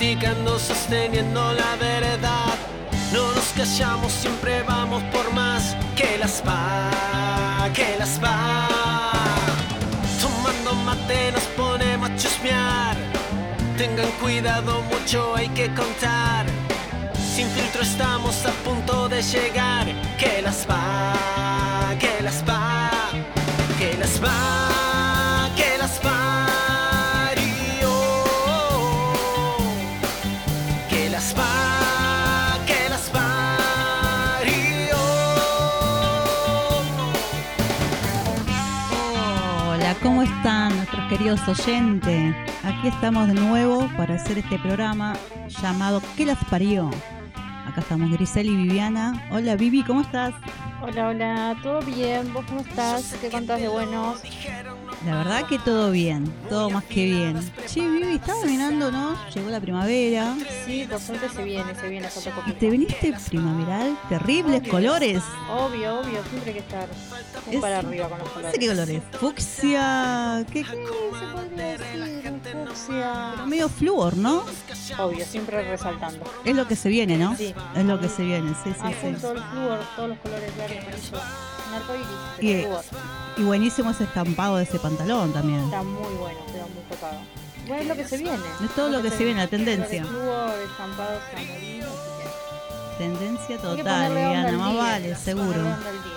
criticando, sosteniendo la verdad. No nos callamos, siempre vamos por más. Que las va, que las va. Tomando mate nos ponemos a chusmear. Tengan cuidado, mucho hay que contar. Sin filtro estamos a punto de llegar. Que las va, que las va, que las va, que las va. Y oh, que las va, que las va. Y oh. Hola, ¿cómo están nuestros queridos oyentes? Aquí estamos de nuevo para hacer este programa llamado ¿Qué las parió? Acá estamos Grisel y Viviana. Hola Vivi, ¿cómo estás? Hola, hola, ¿todo bien? ¿Vos cómo estás? ¿Qué contás de buenos? La verdad que todo bien, todo más que bien. Che, Vivi, estaba mirando, ¿no? Llegó la primavera. Sí, por suerte se viene, falta ¿Y poquito. te viniste primaveral? Terribles Obvio. colores. Obvio, siempre hay que estar un para arriba con los No colores. sé qué colores. Fucsia, ¿qué? Sí, se podría decir, fucsia. Pero medio flúor, ¿no? Obvio, siempre resaltando. Es lo que se viene, ¿no? Sí. Es lo que se viene, sí, A sí, full sí. todo el flúor, todos los colores verde, amarillo. Un arcoíris, Y- pero flúor. Y buenísimo ese estampado de ese pantalón también. Está muy bueno, quedó muy tocado. Bueno, es lo que se viene. Es todo lo que se viene, la tendencia. Flúor, estampados a morir, así que Tendencia hay que total, ponerle onda Viviana, al más día, vale, ponerle seguro. onda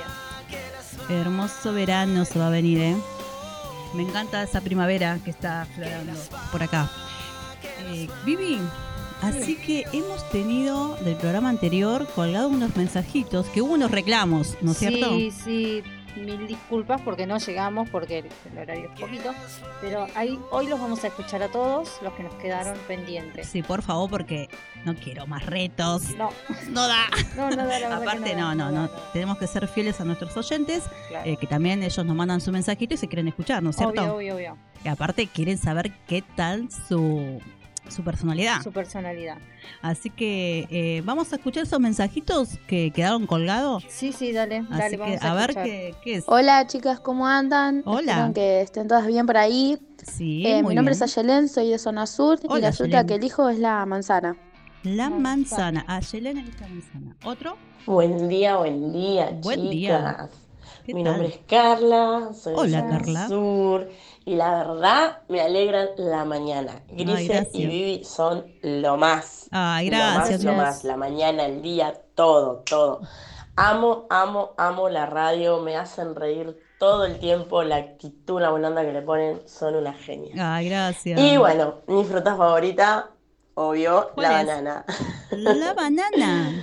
al día. Hermoso verano se va a venir, ¿eh? Me encanta esa primavera que está aflorando por acá. Vivi, así que hemos tenido del programa anterior colgado unos mensajitos, que hubo unos reclamos, ¿no es cierto? Sí, mil disculpas porque no llegamos, porque el horario es poquito, pero hoy los vamos a escuchar a todos los que nos quedaron pendientes. Sí, por favor, porque no quiero más retos. No, No da. no, la verdad Aparte, que no. Tenemos que ser fieles a nuestros oyentes, Claro. que también ellos nos mandan su mensajito y se quieren escuchar, ¿no es cierto? Obvio. Y aparte quieren saber qué tal su personalidad. Su personalidad. Así que vamos a escuchar esos mensajitos que quedaron colgados. Sí, dale, Así vamos que a ver escuchar. qué es. Hola chicas, ¿cómo andan? Hola. Espero que estén todas bien por ahí. Sí, Mi muy nombre bien. es Ayelén, soy de Zona Sur y Hola, resulta Ayelén. que el hijo es la manzana. La Manzana. manzana. Ayelén es la manzana. ¿Otro? Buen día, Buen chicas. día. ¿Qué Mi tal? nombre es Carla, soy Hola, de Zona Carla. Sur y la verdad me alegran la mañana. Ay, Grise gracias. y Vivi son lo más. Ay, Lo más, gracias. lo más. La mañana, el día, todo. Amo la radio, me hacen reír todo el tiempo, la actitud, la buena onda que le ponen, son unas genias. Ay, gracias. Y bueno, mi fruta favorita, obvio, ¿Cuál la es? banana. La banana.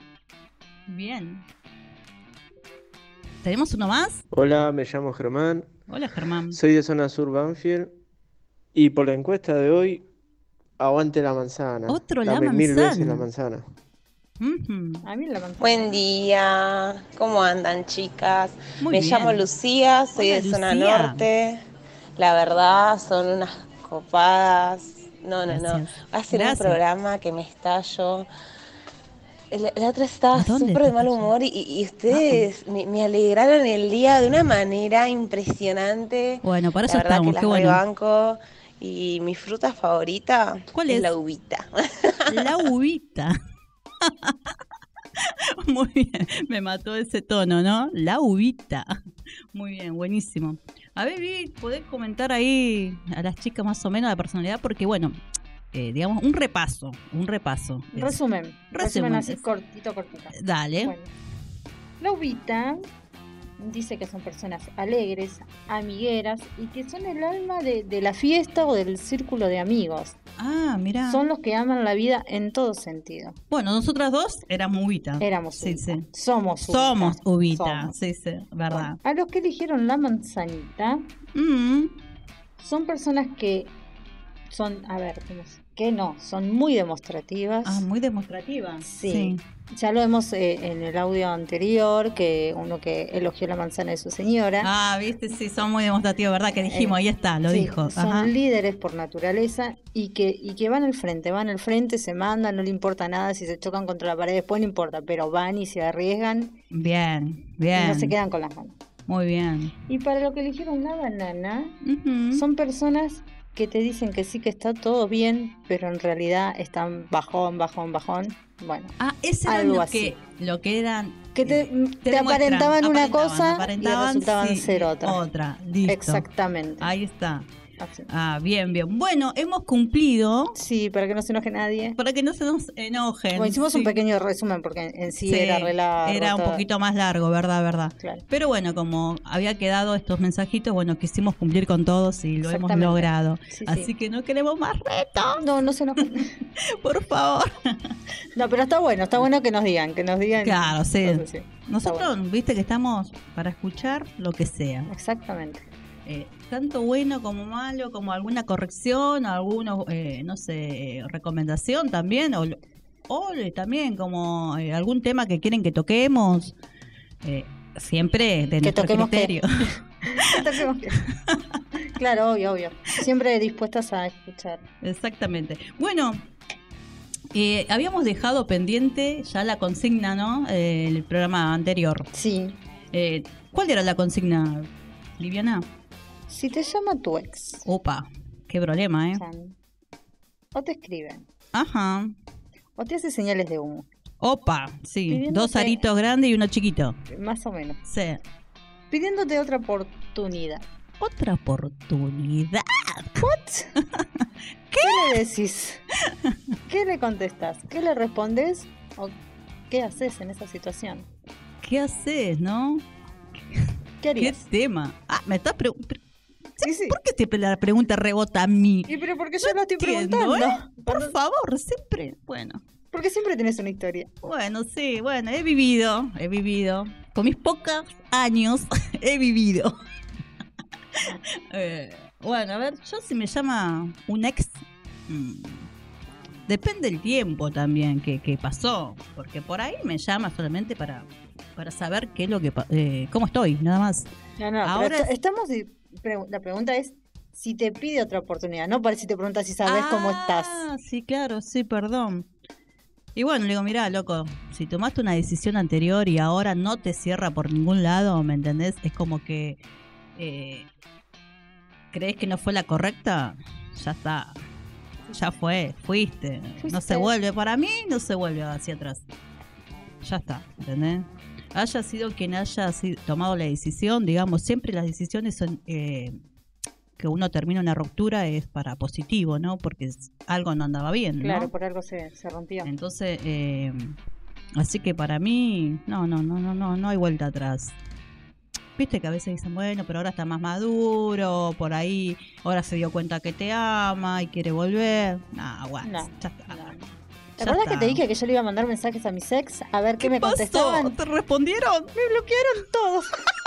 Bien. ¿Tenemos uno más? Hola, me llamo Germán, Hola, Germán. soy de Zona Sur Banfield y por la encuesta de hoy, aguante la manzana. Otro la Dame 1000 veces manzana. la manzana. Ujú. A mí la manzana. Buen día, ¿cómo andan chicas? Muy Me bien. llamo Lucía, soy Hola, de Zona Lucía. Norte. La verdad, son unas copadas. No. Gracias. Va a ser Gracias. un programa que me estallo. La otra estaba ¿A dónde súper te de mal estalló? humor y ustedes me alegraron el día de una manera impresionante. Bueno, para eso La verdad estamos, que qué las bueno. rebanco. Y mi fruta favorita ¿Cuál es? la uvita. La uvita. Muy bien, me mató ese tono, ¿no? La uvita. Muy bien, buenísimo. A ver, Vivi, ¿podés comentar ahí a las chicas más o menos la personalidad? Porque, bueno, digamos, un repaso. Resumen así es- cortito. Dale. Bueno, la uvita dice que son personas alegres, amigueras y que son el alma de la fiesta o del círculo de amigos. Ah, mira. Son los que aman la vida en todo sentido. Bueno, nosotras dos éramos uvita. Éramos Sí, uvita. sí. Somos uvita. Somos uvita. Somos. Sí, verdad. Bueno, a los que eligieron la manzanita Mm. son personas que son, a ver, son muy demostrativas. Ah, muy demostrativa. Sí. Ya lo vemos en el audio anterior, que uno que elogió la manzana de su señora. Ah, viste, sí, son muy demostrativos, ¿verdad? Que dijimos, ahí está, lo Sí, dijo. Son Ajá. líderes por naturaleza y que van al frente, se mandan, no le importa nada, si se chocan contra la pared después no importa, pero van y se arriesgan Bien, y no se quedan con las manos. Muy bien. Y para lo que eligieron la banana, Ujú. son personas que te dicen que sí, que está todo bien, pero en realidad están bajón. Bueno, Ese era algo lo así. que eran. Que te demuestran, aparentaban una cosa aparentaban, y resultaban sí, ser otra. Otra, listo. Exactamente. Ahí está. Así. Bien. Bueno, hemos cumplido. Sí, para que no se enoje nadie. Para que no se nos enojen. Bueno, hicimos sí. un pequeño resumen porque en sí era re largo. Era un poquito más largo, verdad. Claro. Pero bueno, como había quedado estos mensajitos, bueno, quisimos cumplir con todos y lo hemos logrado. Sí, Así que no queremos más retos. No se enojen. Por favor. No, pero está bueno que nos digan. Claro, sí. Entonces, sí. Nosotros, viste que estamos para escuchar lo que sea. Exactamente. Tanto bueno como malo, como alguna corrección, algunos, no sé, recomendación también, o también como algún tema que quieren que toquemos, siempre de nuestro criterio. Que toquemos qué. Claro, obvio. Siempre dispuestas a escuchar. Exactamente. Bueno, habíamos dejado pendiente ya la consigna, ¿no? El programa anterior. Sí. ¿Cuál era la consigna, Liviana? Si te llama tu ex. Opa, qué problema, ¿eh? O te escriben. Ajá. O te hace señales de humo. Opa, sí. Pidiéndote... 2 aritos grandes y uno chiquito. Más o menos. Sí. Pidiéndote otra oportunidad. ¿Otra oportunidad? ¿What? ¿Qué le decís? ¿Qué le contestás? ¿Qué le respondes? ¿O qué haces en esa situación? ¿Qué haces, no? ¿Qué harías? ¿Qué tema? Me estás preguntando. Sí. ¿Por qué siempre la pregunta rebota a mí? ¿Y pero porque yo lo estoy entiendo, preguntando? Por favor, siempre. Bueno. Porque siempre tenés una historia. Bueno, sí, he vivido. Con mis pocos años he vivido. Bueno, a ver, yo si me llama un ex, depende del tiempo también que pasó, porque por ahí me llama solamente para saber qué es lo que cómo estoy, nada más. No, ahora pero estamos la pregunta es si te pide otra oportunidad, no para si te preguntas si sabes cómo estás. Sí, claro, sí, perdón. Y bueno, le digo, mirá, loco, si tomaste una decisión anterior y ahora no te cierra por ningún lado, ¿me entendés? Es como que ¿crees que no fue la correcta? Ya está. Ya fuiste. No se vuelve, para mí no se vuelve hacia atrás. Ya está, ¿entendés? Haya sido quien haya tomado la decisión, digamos, siempre las decisiones son que uno termina una ruptura es para positivo, ¿no? Porque algo no andaba bien, ¿no? Claro, por algo se rompió. Entonces, así que para mí, no hay vuelta atrás. Viste que a veces dicen, bueno, pero ahora está más maduro, por ahí, ahora se dio cuenta que te ama y quiere volver. Ya está. ¿Te acuerdas que te dije que yo le iba a mandar mensajes a mis ex a ver qué me contestaban? ¿Te respondieron? Me bloquearon todos.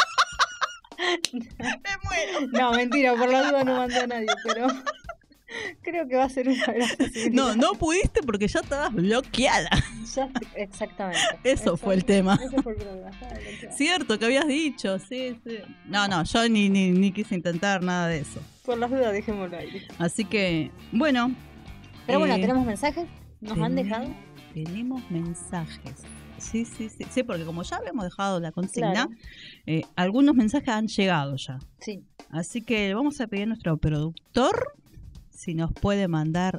Me muero. No, mentira, por la duda no mandé a nadie, pero creo que va a ser una gran posibilidad. No pudiste porque ya estabas bloqueada. Exactamente. Eso fue el tema. Eso fue el problema. Cierto, que habías dicho, sí. No, yo ni quise intentar nada de eso. Por las dudas, dejémoslo ahí. Así que, bueno. Pero bueno, ¿tenemos mensajes? ¿Nos han dejado? Tenemos mensajes. Sí, porque como ya habíamos dejado la consigna, algunos mensajes han llegado ya. Sí. Así que vamos a pedir a nuestro productor si nos puede mandar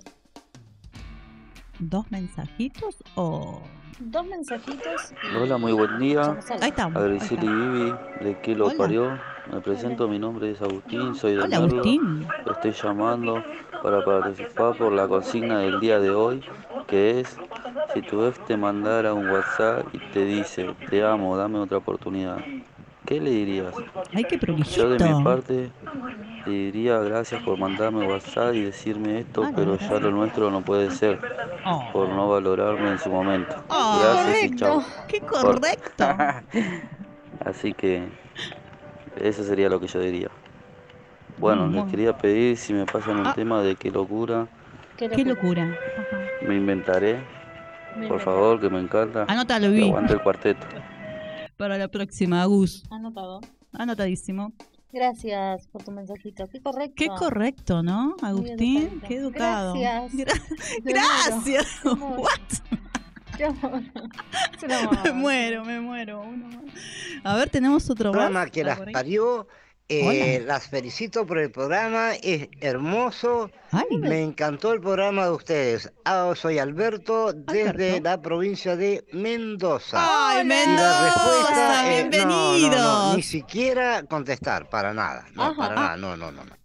2 mensajitos o... 2 mensajios. Hola, muy buen día. Ahí estamos. Adricil y Vivi, de qué lo Hola. parió. Me presento, mi nombre es Agustín, soy de Hola, Merlo. Agustín. Estoy llamando para participar por la consigna del día de hoy, que es, si tu ex te mandara un WhatsApp y te dice, te amo, dame otra oportunidad, ¿qué le dirías? Ay, qué prolijito. Yo de mi parte le diría gracias por mandarme WhatsApp y decirme esto, pero ya lo nuestro no puede ser, por no valorarme en su momento. Gracias y chao. ¡Qué correcto! Así que eso sería lo que yo diría. Bueno, les quería pedir si me pasan un tema de qué locura. ¡Qué locura! Ajá. Me inventaré, por favor, que me encanta. Anótalo, Que Vi. aguante el cuarteto. Para la próxima, Agus. Anotado. Anotadísimo. Gracias por tu mensajito. Qué correcto. Qué correcto, ¿no, Agustín? Qué educado. Gracias. Gracias. What? Qué amor. Es un amor. Me muero. Uno más. A ver, tenemos otro más. Programa que las parió Hola. Las felicito por el programa, es hermoso. Ay, Me encantó el programa de ustedes. Soy Alberto desde Alberto. la provincia de Mendoza. ¡Ay, Y la Mendoza! respuesta, no, ¡Bienvenidos! ni siquiera contestar, para nada. No, Ajá. para nada, no.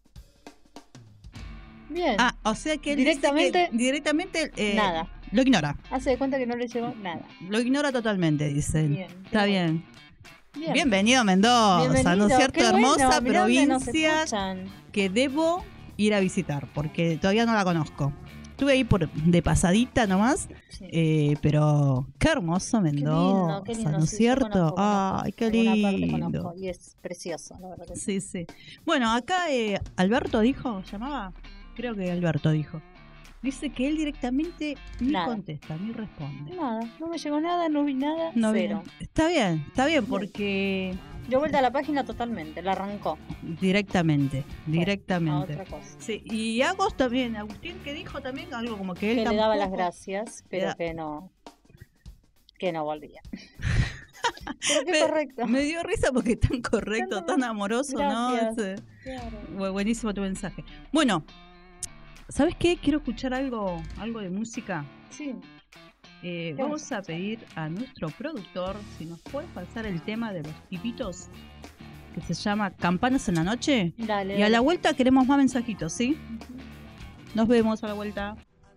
Bien. Ah, o sea que él dice Directamente, que directamente nada. lo ignora. Hace de cuenta que no le llegó nada. Lo ignora totalmente, dice él. Bien, Está qué bien. Bien. Bienvenido a Mendoza, ¿no Bienvenido, es cierto? qué bueno, Hermosa mirá dónde nos provincia escuchan. que debo ir a visitar porque todavía no la conozco. Estuve ahí de pasadita nomás, Sí. pero qué hermoso Mendoza, qué lindo, ¿no es sí, yo cierto? conozco. Ay, qué Alguna parte lindo. conozco y es precioso, la verdad. Sí, sí. Bueno, acá Alberto dijo, ¿llamaba? Creo que Alberto dijo. Dice que él directamente ni Nada. contesta, ni responde. Nada, no me llegó nada, no vi nada, No cero. Está bien, porque Dio vuelta a la página totalmente, la arrancó. directamente. A otra cosa. Sí, y Agos también, Agustín que dijo también algo como que él Que le daba las tampoco- gracias, pero da- que no volvía. Pero qué Me- correcto. Me dio risa porque es tan correcto, Tan tan amoroso, gracias. ¿no? Buenísimo tu mensaje. Bueno, ¿sabes qué? Quiero escuchar algo de música. Sí. Vamos a pedir a nuestro productor si nos puede pasar el tema de los tipitos que se llama Campanas en la Noche. Dale, Y a dale. la vuelta queremos más mensajitos, ¿sí? Nos vemos a la vuelta.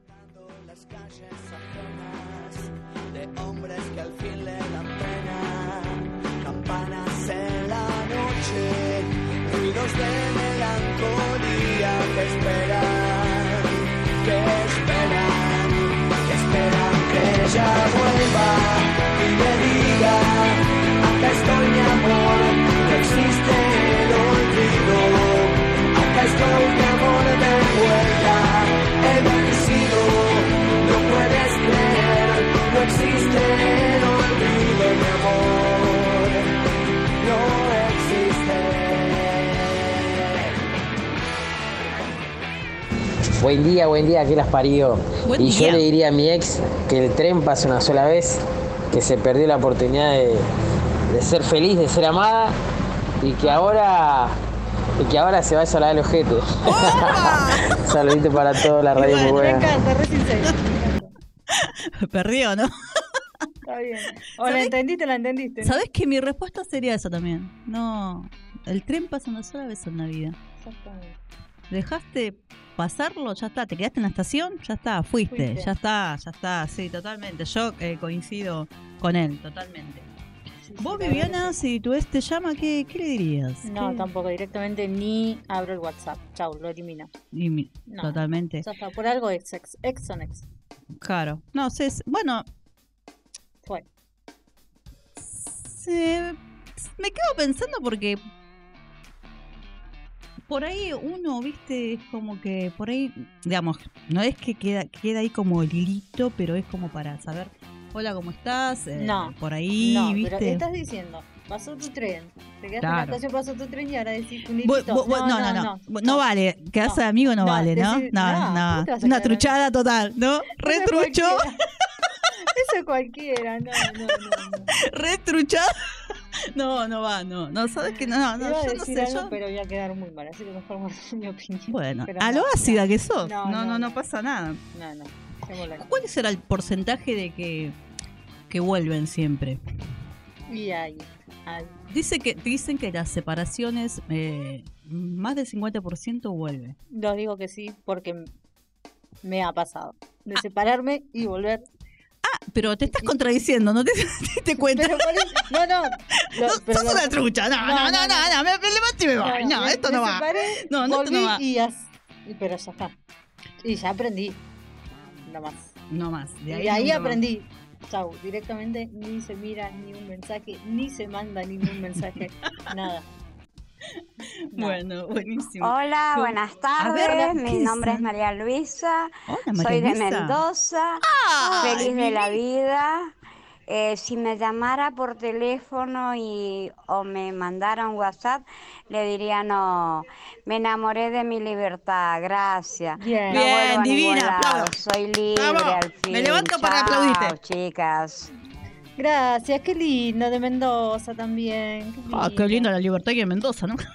De hombres que al fin le dan pena, campanas en la noche, ruidos de melancolía que esperan, que ella vuelva y me diga, acá estoy mi amor, no existe el olvido, acá estoy mi amor de vuelta, he vencido, no puedes creer, no existe el olvido, mi amor, no existe. Buen día, que las parió. Buen Y yo día. le diría a mi ex que el tren pasa una sola vez, que se perdió la oportunidad de ser feliz, de ser amada, y que ahora se vaya a lavar el ojete. Saludito para todos, la radio muy Me buena. encanta, re sincero. Perdió, ¿no? Está bien. O la entendiste. ¿no? ¿Sabes que mi respuesta sería esa también? No, el tren pasa una sola vez en la vida. Exactamente. Dejaste pasarlo, ya está, te quedaste en la estación, ya está, fuiste. Ya está, sí, totalmente. Yo coincido con él, totalmente. Vos, la Viviana, verdad si tu te llama, ¿qué le dirías? No, ¿Qué? tampoco, directamente ni abro el WhatsApp. Chau, lo elimino. No. Totalmente. Ya está, por algo ex son ex. Claro. No, bueno, Fue. me quedo pensando porque por ahí uno, viste, es como que por ahí, digamos, no es que queda ahí como el hilito, pero es como para saber, hola, ¿cómo estás? No. Por ahí, No, viste. pero estás diciendo, pasó tu tren. Te quedaste en la Claro. estación, pasó tu tren y ahora decís un Vos- hilito. vos- no vale, quedarse de amigo no vale, ¿no? decir, No, ¿cómo te vas a una quedar truchada total, ¿no? Eso es Retrucho, cualquiera. Eso es cualquiera, no. retruchado. No va, no, sabes que no, Iba a yo no decir sé, algo, yo. pero voy a quedar muy mal, así que mejor guardo mi opinión. Bueno, Pero a no, lo ácida que sos, No, no pasa nada. No, dejémoslo ahí. ¿Cuál será el porcentaje de que vuelven siempre? Y ahí. Dicen que las separaciones, más del 50% vuelve. Lo digo que sí, porque me ha pasado. De separarme y volver. Pero te estás contradiciendo, ¿no te diste cuenta? Pero por eso- no. Pero sos una trucha, no, me levanto y me voy. No, esto no me va. separé, No, esto volví no va. pero ya está. Y ya aprendí. No más. No más. Y ahí nunca más. aprendí. Chau, directamente ni se mira ni un mensaje, ni se manda ningún mensaje, nada. Bueno, buenísimo. Hola, ¿Cómo? buenas A ver, tardes. ¿qué Mi nombre es? es María Luisa. Hola, María Soy de Luisa. Mendoza. ¡Ay, Feliz de la Vivi! vida. Si me llamara por teléfono o me mandara un WhatsApp, le diría no. Me enamoré de mi libertad. Gracias. Bien. No vuelvo a ningún Divina, lado. aplaudo. Soy libre Vamos, al fin. me levanto para Chao, aplaudirte. chicas. Gracias, qué lindo de Mendoza también. Ah, qué linda la libertad que en Mendoza, ¿no?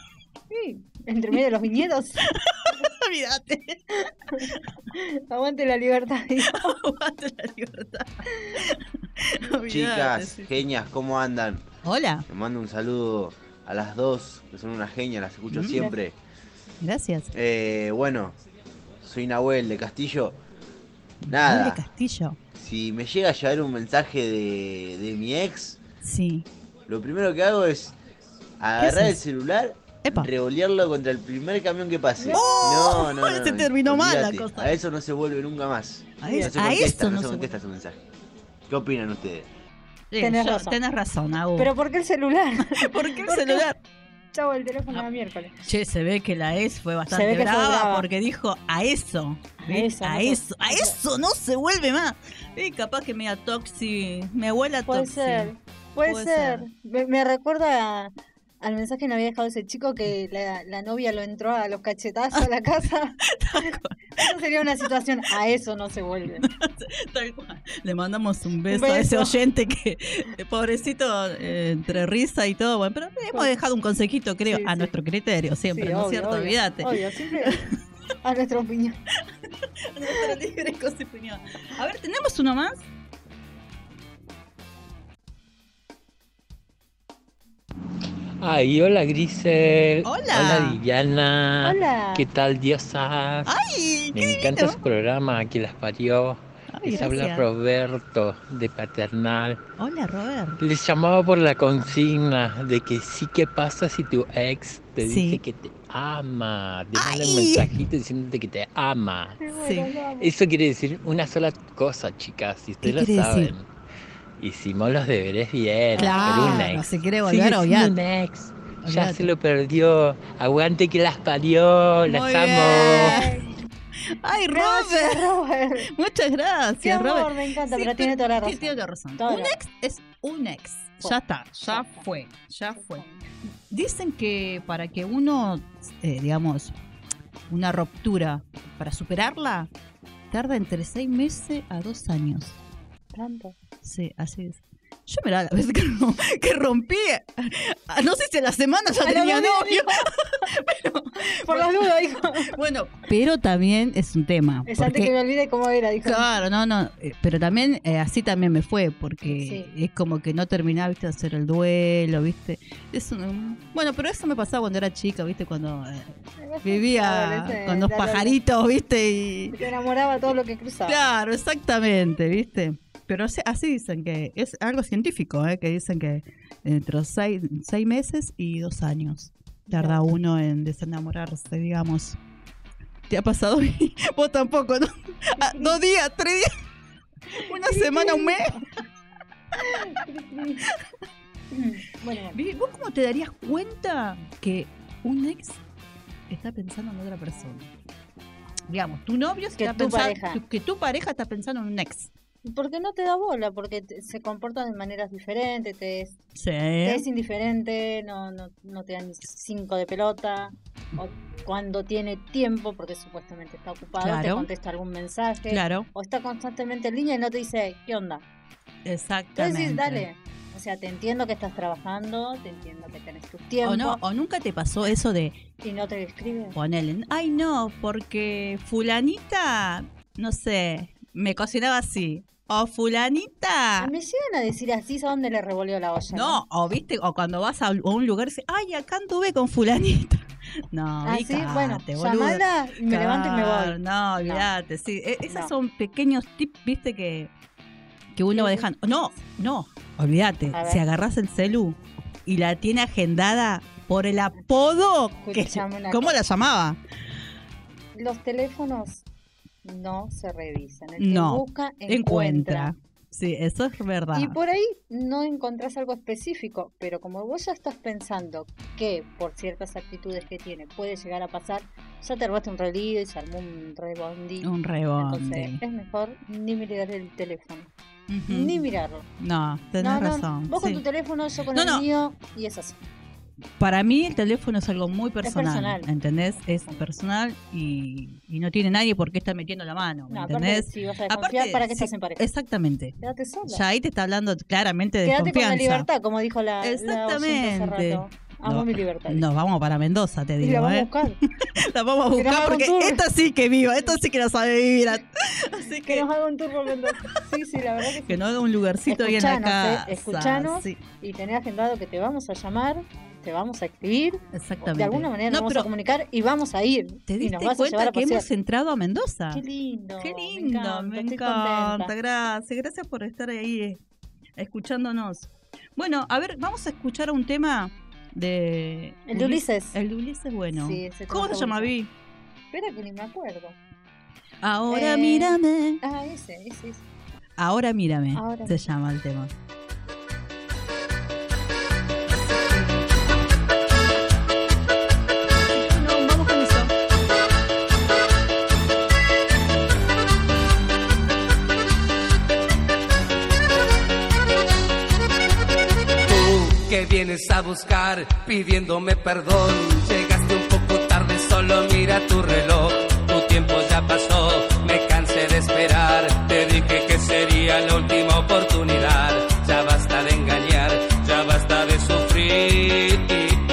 Sí, entre medio de los viñedos. Olvídate. Aguante la libertad. Aguante la libertad. Chicas, sí. genias, ¿cómo andan? Hola. Les mando un saludo a las dos, que son unas genias, las escucho siempre. Gracias. Bueno, soy Nahuel de Castillo. Nahuel Nada, de Castillo. si me llega a llegar un mensaje de mi ex, Sí. lo primero que hago es agarrar el haces? celular, Epa. revolearlo contra el primer camión que pase. ¡No! No, Se terminó mal la olvídate, cosa. A eso no se vuelve nunca más. A No eso- se a contesta, eso no no se se contesta ese mensaje. ¿Qué opinan ustedes? Tenés razón, Agu. Pero ¿por qué el celular? ¿Por qué el celular? Chau, el teléfono era miércoles. Che, se ve que la ex fue Se bastante ve que fue brava, brava. porque dijo a eso. ¿ves? A eso no se vuelve más. Capaz que media toxi, mi abuela Puede toxi. ser. Puede ser. Me recuerda al mensaje que me había dejado ese chico que la novia lo entró a los cachetazos a la casa. Esa sería una situación. A eso no se vuelve. Tal cual. Le mandamos un beso, Un a ese beso. oyente que, pobrecito, entre risa y todo. Bueno, pero hemos dejado un consejito, creo, Sí, a sí. nuestro criterio siempre, Sí, ¿no es obvio, cierto? obvio. Olvídate. Obvio, siempre a nuestra opinión. Nuestra libre opinión. A ver, ¿tenemos uno más? Ay, hola Grisel. Hola. Hola Diana. Hola. ¿Qué tal, diosas? Ay, Me encanta su programa, que las parió. Ay, Les habla gracias. Roberto de Paternal. Hola, Robert. Les llamaba por la consigna de que sí, ¿qué pasa si tu ex te Sí. dice que te ama? Te manda Ay. un mensajito diciéndote que te ama. Sí. Eso quiere decir una sola cosa, chicas, si ustedes ¿Qué lo quiere saben. decir? Hicimos los deberes bien, Claro, pero un ex. si quiere Sigue volver, siendo un olvídate. ex. Ya Olvídate. se lo perdió. Aguante que las parió, las Muy amo. bien. Ay, Gracias, Robert. Robert. Muchas gracias, Qué amor, Robert. me encanta, Sí, pero tiene toda la razón. Tiene toda la razón. Toda Un la- ex es un ex. Ya está, ya fue, ya fue. Dicen que para que uno, digamos, una ruptura, para superarla, tarda entre 6 meses a 2 años. Tanto. Sí, así es. Yo mirá, la vez que rompí, no sé si a la semana ya A la tenía semana, novio. Por las dudas, dijo. Bueno, pero también es un tema. Es antes que me olvide cómo era, dijo. Claro, no, pero también así también me fue, porque es como que no terminaba, viste, de hacer el duelo, viste. Bueno, pero eso me pasaba cuando era chica, viste, cuando vivía Adolescente, con 2 pajaritos, viste, y... Te enamoraba todo lo que cruzaba. Claro, exactamente, viste. Pero así dicen que es algo científico, que dicen que entre 6 meses y 2 años tarda uno en desenamorarse, digamos. ¿Te ha pasado? Vos tampoco, ¿no? 2 días, 3 días, una semana, un mes. Bueno, Vivi, ¿vos cómo te darías cuenta que un ex está pensando en otra persona? Digamos, tu novio Que está tu pensando, pareja. que tu pareja está pensando en un ex. porque no te da bola, porque se comportan de maneras diferentes, Sí. te es indiferente, no te dan 5 de pelota, o cuando tiene tiempo, porque supuestamente está ocupado, te Claro. contesta algún mensaje, Claro. o está constantemente en línea y no te dice, ¿qué onda? Exactamente. Entonces, dale. O sea, te entiendo que estás trabajando, te entiendo que tenés tus tiempos. O nunca te pasó eso de Y no te escribe. ponerle, ay no, porque fulanita, no sé, me cocinaba así. O fulanita. Me llegan a decir así, ¿a dónde le revolvió la olla? No, o viste, o cuando vas a un lugar y dices, ay, acá anduve con fulanita. No, Ah, sí, bueno, ubicate, boluda. llamala y me levanto y me voy. No, olvídate, sí. Esos No. son pequeños tips, viste, que uno va dejando. No, olvídate. A ver. Si agarras el celu y la tiene agendada por el apodo, que, Escuchame una ¿cómo cosa. la llamaba? Los teléfonos no se revisan. El que No, busca, encuentra. Sí, eso es verdad. Y por ahí no encontrás algo específico, pero como vos ya estás pensando que por ciertas actitudes que tiene puede llegar a pasar, ya te robaste un relío y se armó un rebondi. Un rebondi. Entonces es mejor ni mirar el teléfono, Ujú. ni mirarlo. No, tenés razón. Vos con sí. tu teléfono, yo con No, el no. mío, y es así. Para mí el teléfono es algo muy personal, personal. ¿entendés? Es personal y no tiene nadie por qué estar metiendo la mano, ¿me No, aparte, entendés? si vas a desconfiar, ¿para qué estás en pareja? Exactamente. Quédate sola. Ya ahí te está hablando claramente de Quédate con confianza. la libertad, como dijo la oyente hace Exactamente. rato. Amo mi libertad. Nos vamos para Mendoza, te Y digo. la vamos a buscar. La vamos a Que nos buscar haga un porque tour. esta sí que viva, esta sí que la sabe vivir. Así Que nos haga un tour por Mendoza. Sí, la verdad que sí. que nos haga un lugarcito ahí en la casa. Escuchanos Sí. y tenés agendado que te vamos a llamar, te vamos a escribir. Exactamente. De alguna manera No, nos vamos pero a comunicar y vamos a ir. ¿Te y diste nos vas a llevar cuenta a que pasear. hemos entrado a Mendoza? Qué lindo. Qué lindo, me estoy encanta. contenta. Gracias por estar ahí escuchándonos. Bueno, a ver, vamos a escuchar un tema de... El de Ulises. El de Ulises, bueno. Sí, ese ¿Cómo tema se llama, está Vi? Espera que ni me acuerdo. Ahora mírame. Ah, ese. Ahora mírame. Ahora se llama el tema. No, vamos con eso. Tú que vienes a buscar pidiéndome perdón, llegaste un poco tarde, solo mira tu reloj. Tu tiempo ya pasó, me cansé de esperar. Te dije que sería la última oportunidad. Ya basta de engañar, ya basta de sufrir.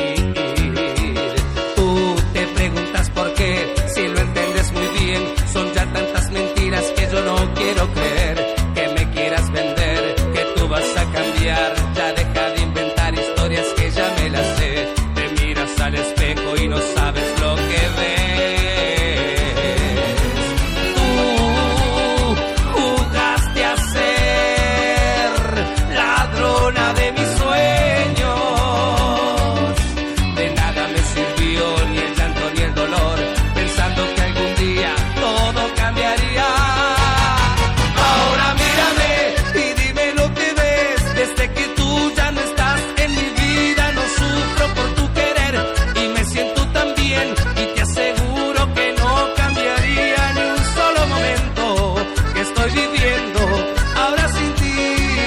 Tú te preguntas por qué, si lo entiendes muy bien. Son ya tantas mentiras que yo no quiero creer. Que me quieras vender, que tú vas a cambiar. Ya deja de inventar historias que ya me las sé. Te miras al espejo y no sabes lo que ves. Tú jugaste a ser ladrona de mis sueños. De nada me sirvió ni el llanto ni el dolor, pensando que algún día todo cambiaría. Ahora mírame y dime lo que ves. Desde que tú ya no estás en mi vida, no sufro por tu querer y me siento tan bien. Y te aseguro que no cambiaría ni un solo momento que estoy viviendo ahora sin ti.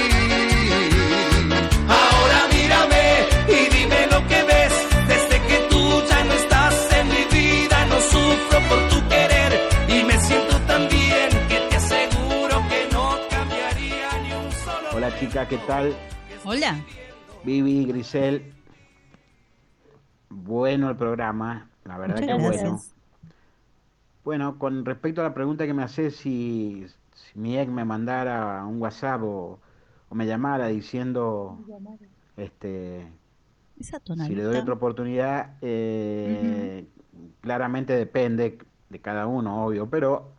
Ahora mírame y dime lo que ves. Desde que tú ya no estás en mi vida, no sufro por tu querer y me siento tan bien que te aseguro que no cambiaría ni un solo. Hola chicas, ¿qué tal? Hola. Vivi, Grisel. Bueno el programa, la verdad Muchas que gracias. bueno. Bueno, con respecto a la pregunta que me haces, si mi ex me mandara un WhatsApp o me llamara diciendo Esa si le doy tonadita. otra oportunidad, claramente depende de cada uno, obvio, pero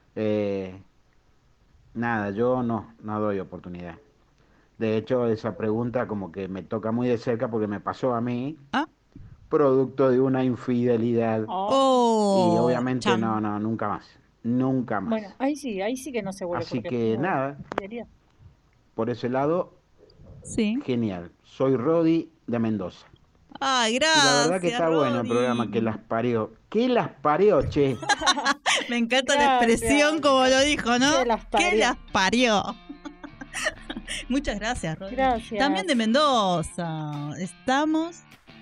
nada, yo no doy oportunidad. De hecho, esa pregunta como que me toca muy de cerca porque me pasó a mí, producto de una infidelidad. Oh, Y obviamente chan. no, nunca más. Nunca más. Bueno, ahí sí que no se vuelve. Así porque que es nada, infidelidad. por ese lado, sí. Genial. Soy Rodi de Mendoza. Ay, Y gracias. la verdad que está bueno el Rodi. programa, que las parió. ¿Qué las parió, che? Me encanta la Gracias. expresión como lo dijo, ¿no? Que las parió. Que las parió. Muchas gracias, Rodi. Gracias. También de Mendoza. Estamos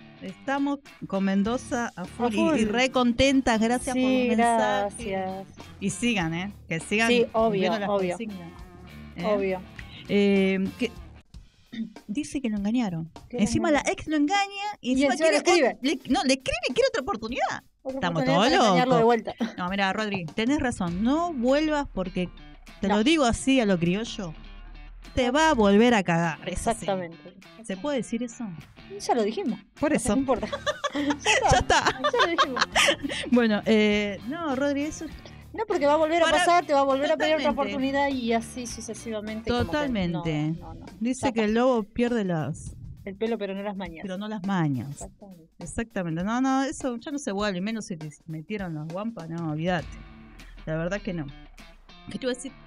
con Mendoza a full, A full. y re contentas. Gracias por los Sí, mensajes. gracias. Y sigan, que sigan. Sí, obvio, cumpliendo las obvio. consignas, Obvio. que dice que lo engañaron. Que Encima lo la ex lo engaña y Y encima encima le quiere escribe. le escribe y quiere otra oportunidad. Otra Estamos oportunidad todos para engañarlo de locos. vuelta. No, mira, Rodri, tenés razón. No vuelvas porque te lo digo así a lo criollo. Te va a volver a cagar. Es así. Exactamente. ¿Se puede decir eso? Ya lo dijimos. Por eso. No importa. Ya está. Ya lo dijimos. Bueno, no, Rodri, eso No, porque va a volver a pasar, te va a volver a pedir otra Totalmente. oportunidad y así sucesivamente. como que totalmente. no. Dice Ya que el lobo pierde el pelo, pero no las mañas. pero no las mañas. Exactamente. Exactamente. No, eso ya no se vuelve, y menos si te metieron las guampas, no, olvídate. La verdad que no. ¿Qué te iba a decir?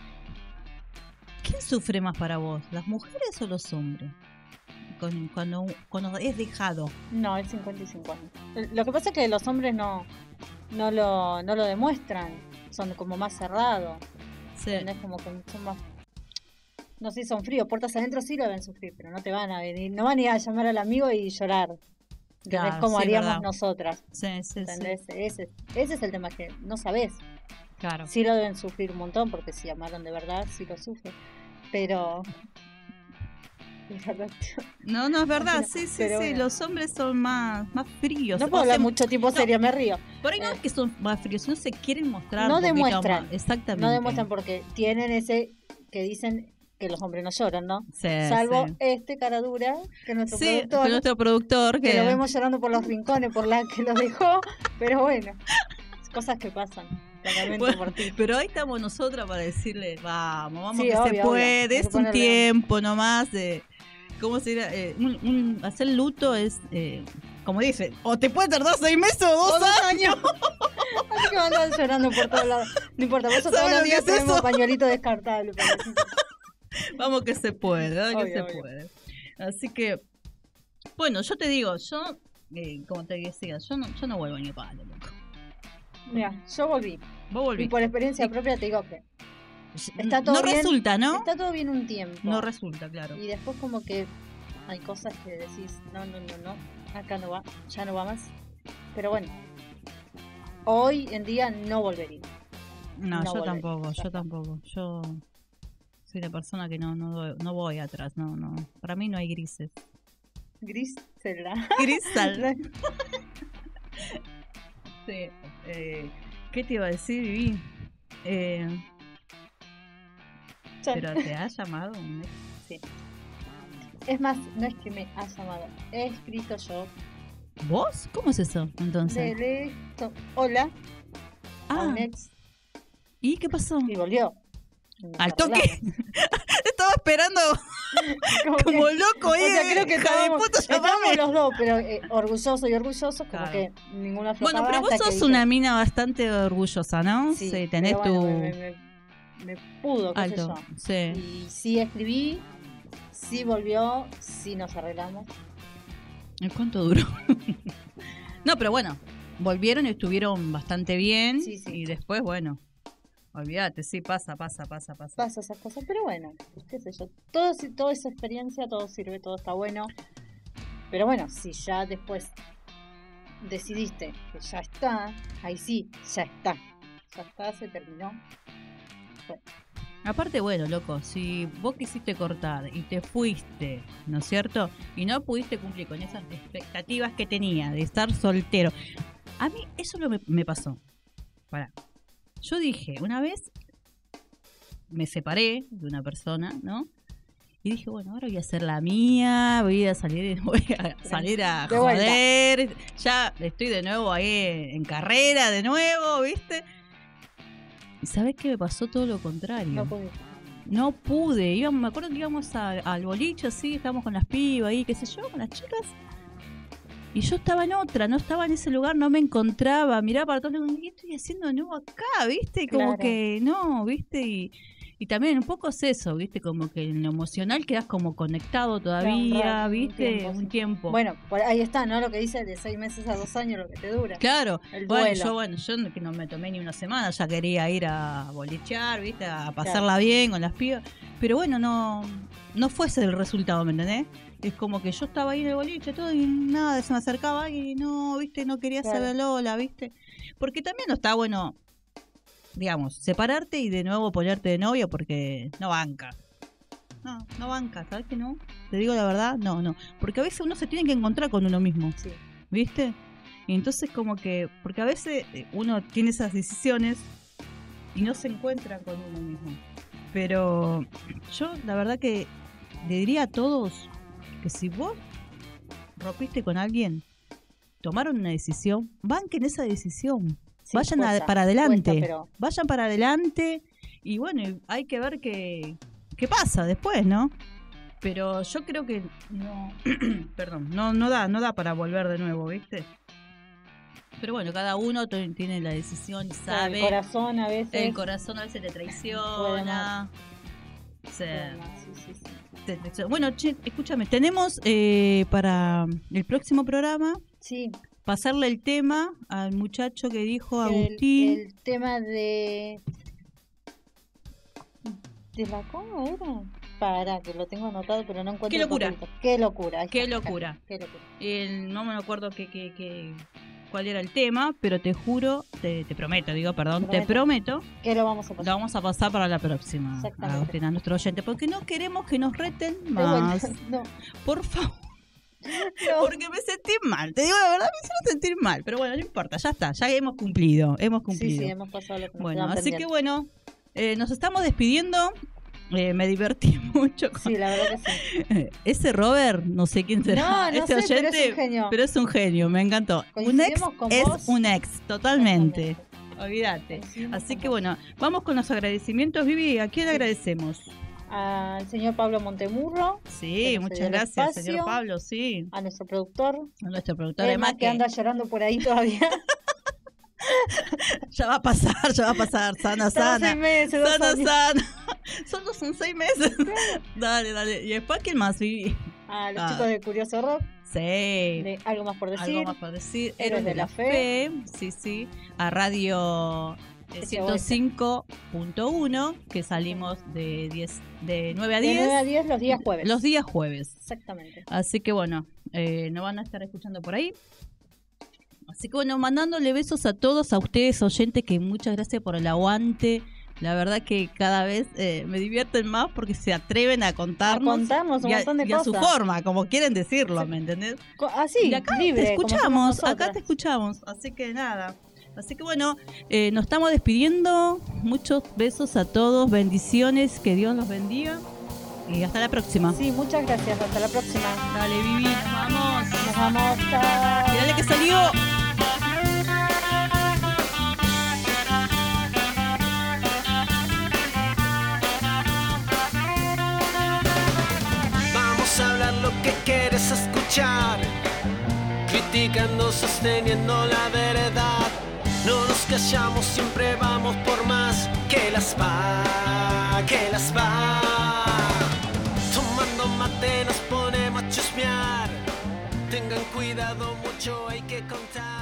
¿Quién sufre más para vos? ¿Las mujeres o los hombres? Cuando es dejado. No, es 50 y 50. Lo que pasa es que los hombres no lo demuestran. Son como más cerrados. Sí. Es como que son más... No sé si son fríos, puertas adentro sí lo deben sufrir, pero no te van a venir, no van a ir a llamar al amigo y llorar. Claro, Es como sí, haríamos verdad. nosotras. Sí. ¿Entendés? Ese es el tema, que no sabés. Claro. Sí lo deben sufrir un montón, porque si amaron de verdad, sí lo sufren. Pero No, es verdad, Bueno, sí, pero bueno. los hombres son más fríos. No puedo hablar mucho tiempo serio, me río. Por ahí no es que son más fríos, no se quieren mostrar. No un poquito demuestran. más. Exactamente. No demuestran porque tienen ese que dicen que los hombres no lloran, ¿no? Sí, Salvo sí. este cara dura, que es nuestro Sí, productor. que nuestro productor que lo vemos llorando por los rincones, por la que lo dejó. Pero bueno, cosas que pasan. Lamento Bueno, por ti. pero ahí estamos nosotras para decirle, vamos, Sí, que obvio, se puede, obvio. Hay es que un ponerle tiempo nomás de, ¿cómo se dirá? Hacer luto es, como dice, o te puede tardar 6 meses o 2 años. Así que van a andar llorando por todos lados. No importa, vos todos ¿Sabes lo los que días es tenemos eso? pañuelito descartable. Para decir. Vamos que se puede, ¿no? que Obvio, se obvio. puede. Así que, bueno, yo te digo, yo, como te decía, yo no vuelvo ni a palo, loco. Mira, yo volví. Vos volviste. Y por experiencia propia te digo que está todo No bien. resulta, ¿no? Está todo bien un tiempo. No resulta, claro. Y después como que hay cosas que decís, no, acá no va, ya no va más. Pero bueno, hoy en día no volvería. No, yo volvería. tampoco. Yo soy la persona que no voy atrás, no. Para mí no hay grises. Grisela. Grisal. Sí. ¿Qué te iba a decir, Vivi? ¿Pero te ha llamado un ex? Sí. Es más, no es que me ha llamado, he escrito yo. ¿Vos? ¿Cómo es eso, entonces? Hola a Ah. un ex. ¿Y qué pasó? Y volvió. ¿Al toque? Estaba esperando como loco ahí. O sea, creo que hija de puta, estábamos llamame. los dos, pero orgulloso y orgulloso, como Claro. que ninguna Bueno, aflojaba pero vos hasta que sos dije, una mina bastante orgullosa, ¿no? Sí, tenés pero bueno, tu... me pudo, qué sé Alto, yo. sí. Y sí escribí, sí volvió, sí nos arreglamos. ¿Y cuánto duró? No, pero bueno, volvieron y estuvieron bastante bien. Sí, sí. Y después, bueno, olvídate, sí, pasa. Pasa esas cosas, pero bueno, qué sé yo. Toda esa experiencia, todo sirve, todo está bueno. Pero bueno, si ya después decidiste que ya está, ahí sí, ya está. Ya está, se terminó. Bueno, Aparte, bueno, loco, si vos quisiste cortar y te fuiste, ¿no es cierto? Y no pudiste cumplir con esas expectativas que tenía de estar soltero. A mí eso me pasó. Pará. Yo dije, una vez me separé de una persona, ¿no? Y dije, bueno, ahora voy a hacer la mía, voy a salir a De vuelta. joder. Ya estoy de nuevo ahí en carrera, de nuevo, ¿viste? ¿Y sabés qué me pasó? Todo lo contrario. no pude. No pude. Me acuerdo que íbamos al boliche, así, estábamos con las pibas ahí, qué sé yo, con las chicas. Y yo estaba en otra, no estaba en ese lugar, no me encontraba. Miraba para todos lados, ¿qué estoy haciendo de nuevo acá? ¿Viste? Y como Claro. que no, ¿viste? Y también un poco es eso, ¿viste? Como que en lo emocional quedas como conectado todavía, rato, un ¿viste? tiempo, sí. Un tiempo. Bueno, ahí está, ¿no? Lo que dice de 6 meses a 2 años, lo que te dura. Claro, El bueno, duelo. yo que no me tomé ni una semana, ya quería ir a bolichear, ¿viste? A pasarla bien con las pibas. Pero bueno, no fue ese el resultado, ¿me entendés? Es como que yo estaba ahí en el boliche todo y nada, se me acercaba y no, ¿viste? No quería Claro. hacer Lola, ¿viste? Porque también no está bueno, digamos, separarte y de nuevo ponerte de novio porque no banca. No banca, ¿sabes que no? Te digo la verdad, no. Porque a veces uno se tiene que encontrar con uno mismo. Sí. ¿Viste? Y entonces como que, porque a veces uno tiene esas decisiones y no se encuentra con uno mismo. Pero yo la verdad que le diría a todos que si vos rompiste con alguien, tomaron una decisión, banquen esa decisión. Sí, Vayan cuesta, para adelante. cuesta, pero- Vayan para adelante y bueno, hay que ver qué pasa después, ¿no? Pero yo creo que no, perdón, no da para volver de nuevo, ¿viste? Pero bueno, cada uno tiene la decisión y sabe. El corazón a veces. El corazón a veces te traiciona. Sí. Te traiciona. Bueno, che, escúchame, tenemos para el próximo programa Sí. pasarle el tema al muchacho que dijo Agustín. El tema de la cómo era. Para, que lo tengo anotado, pero no encuentro. Qué locura. el papelito. Qué locura. ahí Qué está. locura. Qué locura. No me acuerdo cuál era el tema, pero te juro, te prometo que lo vamos a pasar para la próxima, Agustina, a nuestro oyente, porque no queremos que nos reten más. No. Por favor. No. Porque me sentí mal, te digo la verdad, me hicieron sentir mal, pero bueno, no importa, ya está, ya hemos cumplido. Sí, hemos pasado lo que nos bueno, quedaba así pendiente. que bueno, nos estamos despidiendo. Me divertí mucho. Sí, la verdad que sí. Ese Robert, no sé quién será. No ese sé, oyente, pero es un genio, me encantó. Un ex es un ex, totalmente. Olvídate. Así que bueno, vamos con los agradecimientos. Vivi, ¿a quién agradecemos? Al señor Pablo Montemurro. Sí, muchas gracias, señor Pablo, sí. A nuestro productor. Además que anda llorando por ahí todavía. Ya va a pasar, sana. 6 meses, 2 años. Sana. Solo son 6 meses. Dale. ¿Y después quién más, Vivi? A los chicos de Curioso Rock. Sí. De Algo más por decir. Héroes de la Fe. Sí. A Radio 105.1, que salimos de 9 a 10. De 9 a 10 los días jueves. Los días jueves. Exactamente. Así que bueno, nos van a estar escuchando por ahí. Así que bueno, mandándole besos a todos, a ustedes oyentes, que muchas gracias por el aguante. La verdad que cada vez me divierten más porque se atreven a contarnos un montón de cosas. Y a su forma, como quieren decirlo, ¿me entendés? Así, y acá libre, te escuchamos, así que nada. Así que bueno, nos estamos despidiendo. Muchos besos a todos, bendiciones, que Dios los bendiga. Y hasta la próxima. Sí, muchas gracias, hasta la próxima. Dale, Vivi, nos vamos. Nos vamos, chao. Mirale que salió. Vamos a hablar lo que quieres escuchar, criticando, sosteniendo la verdad. No nos callamos, siempre vamos por más. Que las va. Tomando mate nos ponemos a chusmear. Tengan cuidado, mucho hay que contar.